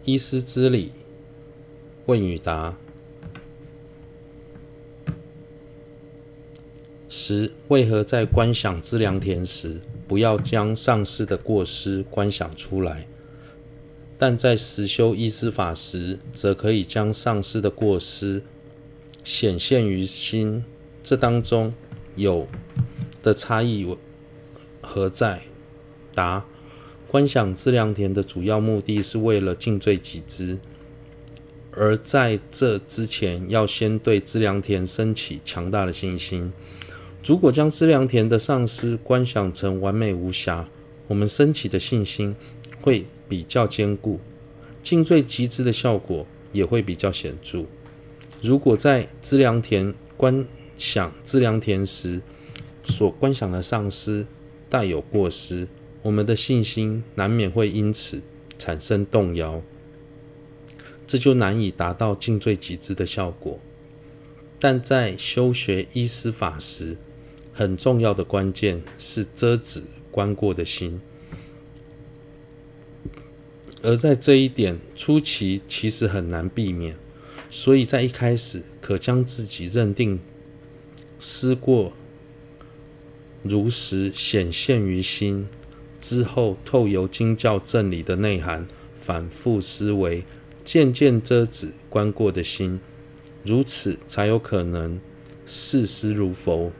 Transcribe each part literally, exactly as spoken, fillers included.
医师之理，问与答。十、为何在观想资粮田时，不要将上师的过失观想出来，但在实修医师法时，则可以将上师的过失显现于心？这当中有的差异何在？答：观想资粮田的主要目的是为了尽罪集资，而在这之前，要先对资粮田升起强大的信心。如果将资粮田的上师观想成完美无瑕，我们升起的信心会比较坚固，尽罪集资的效果也会比较显著。如果在资粮田观想资粮田时，所观想的上师带有过失，我们的信心难免会因此产生动摇，这就难以达到尽罪集资的效果。但在修学医师法时，很重要的关键是遮止观过的心，而在这一点初期其实很难避免，所以在一开始可将自己认定思过如实显现于心，之后透由经教正理的内涵反复思维，渐渐遮止观过的心，如此才有可能视师如佛。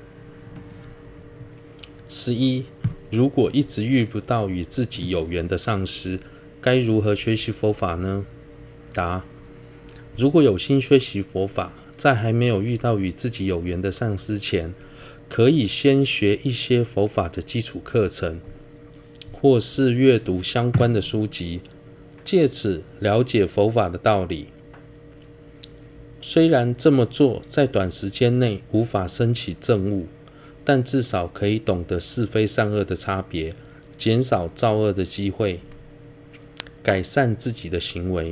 十一、如果一直遇不到与自己有缘的上师，该如何学习佛法呢？答：如果有心学习佛法，在还没有遇到与自己有缘的上师前，可以先学一些佛法的基础课程，或是阅读相关的书籍，借此了解佛法的道理。虽然这么做在短时间内无法升起证悟，但至少可以懂得是非善恶的差别，减少造恶的机会，改善自己的行为。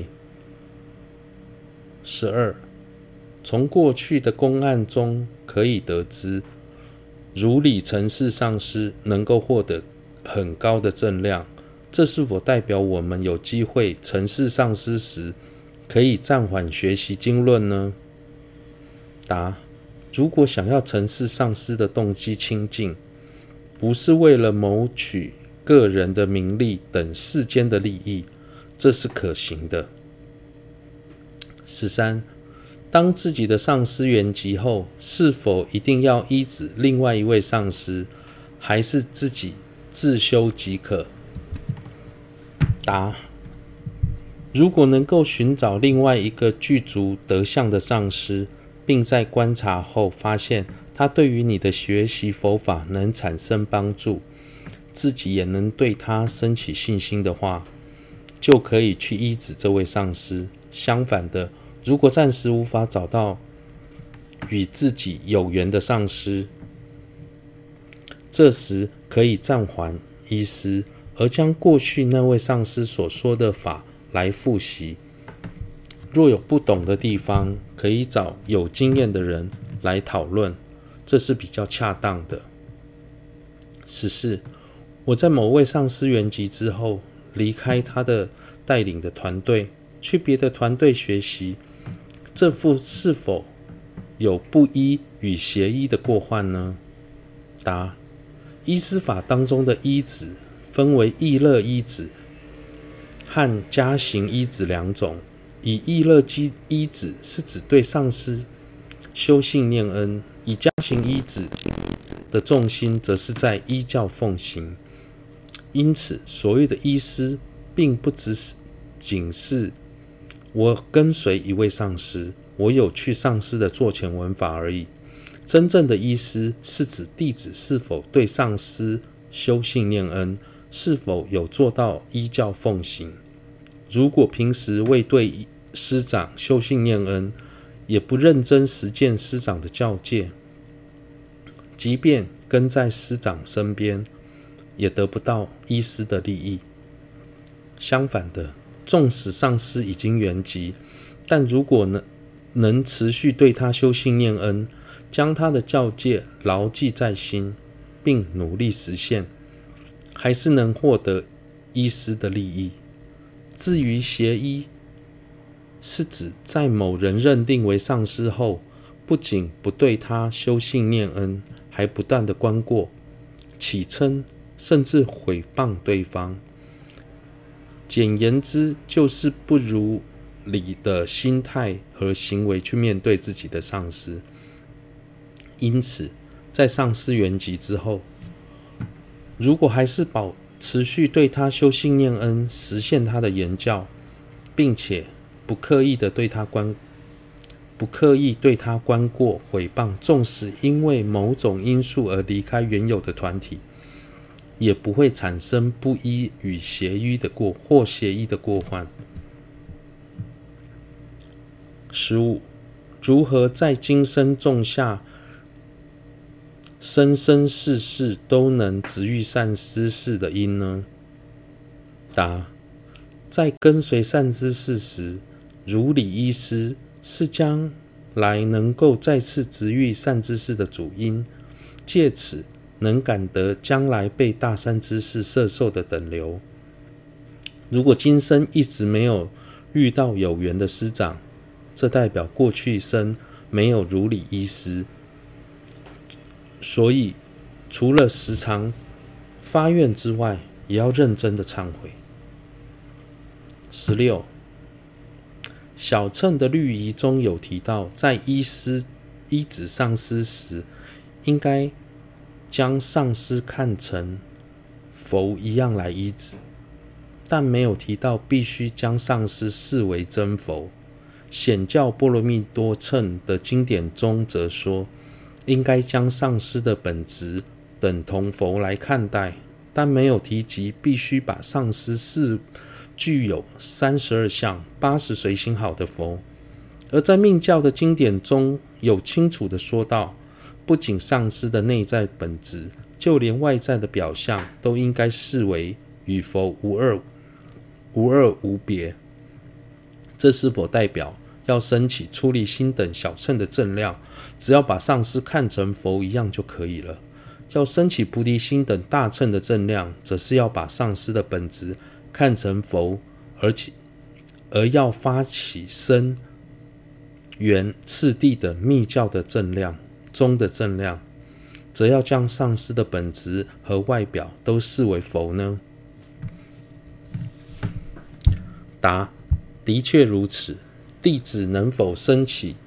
十二、从过去的公案中可以得知，如理承事上师能够获得很高的正量，这是否代表我们有机会承事上师时可以暂缓学习经论呢？答：如果想要承事上师的动机清净，不是为了谋取个人的名利等世间的利益，这是可行的。十三、当自己的上师圆寂后，是否一定要依止另外一位上师，还是自己自修即可？答：如果能够寻找另外一个具足德相的上师，并在观察后发现他对于你的学习佛法能产生帮助，自己也能对他升起信心的话，就可以去依止这位上师。相反的，如果暂时无法找到与自己有缘的上师，这时可以暂缓依师，而将过去那位上师所说的法来复习。若有不懂的地方，可以找有经验的人来讨论，这是比较恰当的。十四、我在某位上师圆寂之后，离开他的带领的团队，去别的团队学习，这是否有不依与邪依的过患呢？答：依师法当中的依止分为意乐依止和加行依止两种。以意乐依止是指对上师修信念恩，以加行依止的重心则是在依教奉行。因此，所谓的依师，并不只是仅是我跟随一位上师，我有去上师的座前闻法而已。真正的依师是指弟子是否对上师修信念恩，是否有做到依教奉行。如果平时未对师长修信念恩，也不认真实践师长的教戒，即便跟在师长身边，也得不到依师的利益。相反的，纵使上师已经圆寂，但如果能能持续对他修信念恩，将他的教戒牢记在心，并努力实现，还是能获得依师的利益。至于邪依， 是指在某人认定为上师后，不仅不对他修信念恩，还不断的观过、起嗔，甚至毁谤对方。简言之，就是不如理的心态和行为去面对自己的上师。因此，在上师圆寂之后，如果还是保持续对他修信念恩，实现他的言教，并且不刻意的对他观不刻意对他观过毁谤，纵使因为某种因素而离开原有的团体，也不会产生不依与邪依的过或邪依的过患。十五，如何在今生种下生生世世都能值遇善知识的因呢？答：在跟随善知识时，如理依师是将来能够再次值遇善知识的主因，借此能感得将来被大善知识摄受的等流。如果今生一直没有遇到有缘的师长，这代表过去生没有如理依师，所以除了时常发愿之外，也要认真的忏悔。十六，小乘的律仪中有提到，在依师依止上师时，应该将上师看成佛一样来依止，但没有提到必须将上师视为真佛。显教波罗蜜多乘的经典中则说，应该将上师的本质等同佛来看待，但没有提及必须把上师视具有三十二相、八十随行好的佛。而在密教的经典中有清楚的说到，不仅上师的内在本质，就连外在的表象都应该视为与佛无二无二无别。这是否代表要升起出离心等小乘的正量，只要把上师看成佛一样就可以了？要升起菩提心等大乘的正量，则是要把上师的本质看成佛，而且而要发起身缘次第的密教的正量中的正量，则要将上师的本质和外表都视为佛呢？答：的确如此。弟子能否升起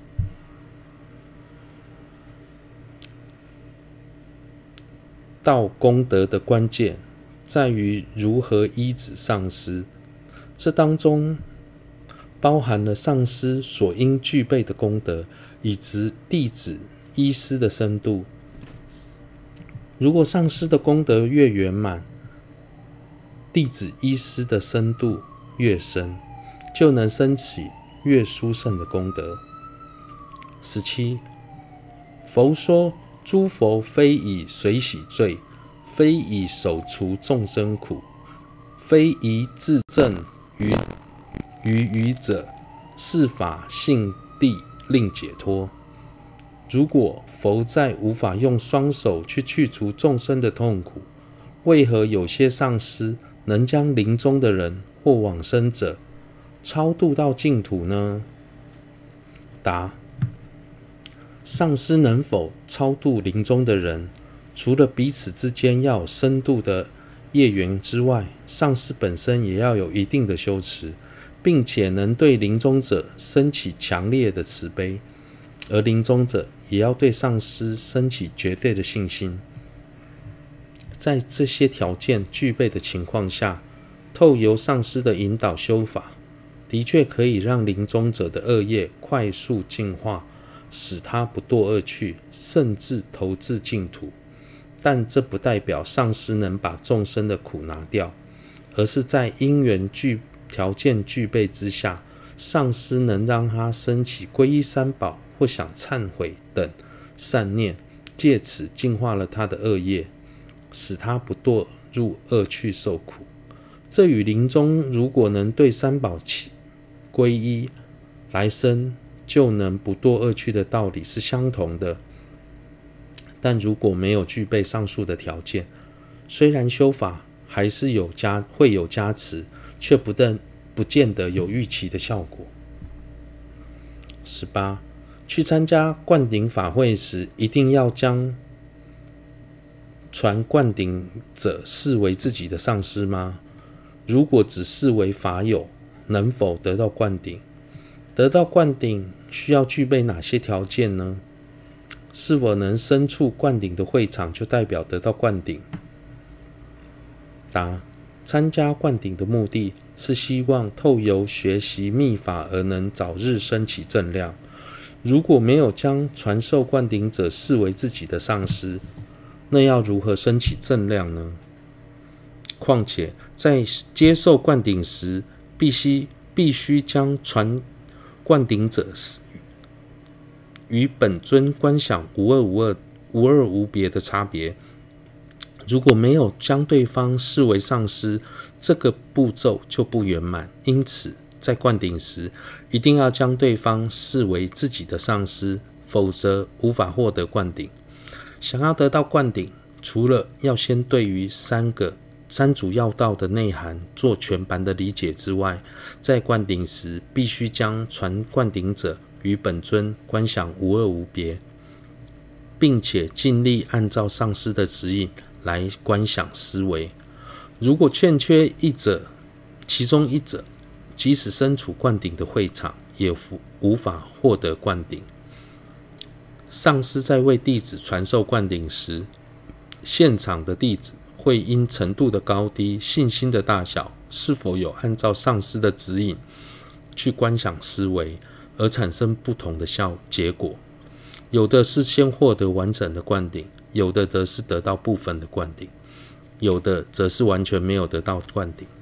道功德的关键，在于如何依止上师。这当中包含了上师所应具备的功德，以及弟子依师的深度。如果上师的功德越圆满，弟子依师的深度越深，就能升起越殊胜的功德。十七，佛说，诸佛非以水洗罪，非以手除众生苦，非以自证于于愚者，是法性地令解脱。如果佛在无法用双手去去除众生的痛苦，为何有些上师能将临终的人或往生者超度到净土呢？答：上师能否超度临终的人，除了彼此之间要有深度的业缘之外，上师本身也要有一定的修持，并且能对临终者升起强烈的慈悲，而临终者也要对上师升起绝对的信心。在这些条件具备的情况下，透由上师的引导修法，的确可以让临终者的恶业快速净化，使他不堕恶趣，甚至投至净土。但这不代表上师能把众生的苦拿掉，而是在因缘具条件具备之下，上师能让他升起皈依三宝或想忏悔等善念，借此净化了他的恶业，使他不堕入恶趣受苦。这与临终如果能对三宝起皈依，来生就能不堕恶趣的道理是相同的。但如果没有具备上述的条件，虽然修法还是有加会有加持，却不但不见得有预期的效果。 十八，去参加灌顶法会时，一定要将传灌顶者视为自己的上师吗？如果只视为法友，能否得到灌顶？得到灌顶需要具备哪些条件呢？是否能身处灌顶的会场就代表得到灌顶？答：参加灌顶的目的是希望透由学习密法而能早日升起正量。如果没有将传授灌顶者视为自己的上师，那要如何升起正量呢？况且在接受灌顶时，必须必须将传灌顶者与本尊观想无二无二、无二无别的差别。如果没有将对方视为上师，这个步骤就不圆满。因此，在灌顶时，一定要将对方视为自己的上师，否则无法获得灌顶。想要得到灌顶，除了要先对于三个三主要道的内涵做全盘的理解之外，在灌顶时必须将传灌顶者与本尊观想无二无别，并且尽力按照上师的指引来观想思维。如果欠缺一者，其中一者，即使身处灌顶的会场，也无法获得灌顶。上师在为弟子传授灌顶时，现场的弟子会因程度的高低、信心的大小、是否有按照上师的指引去观想思维，而产生不同的效结果。有的是先获得完整的灌顶，有的则是得到部分的灌顶，有的则是完全没有得到灌顶。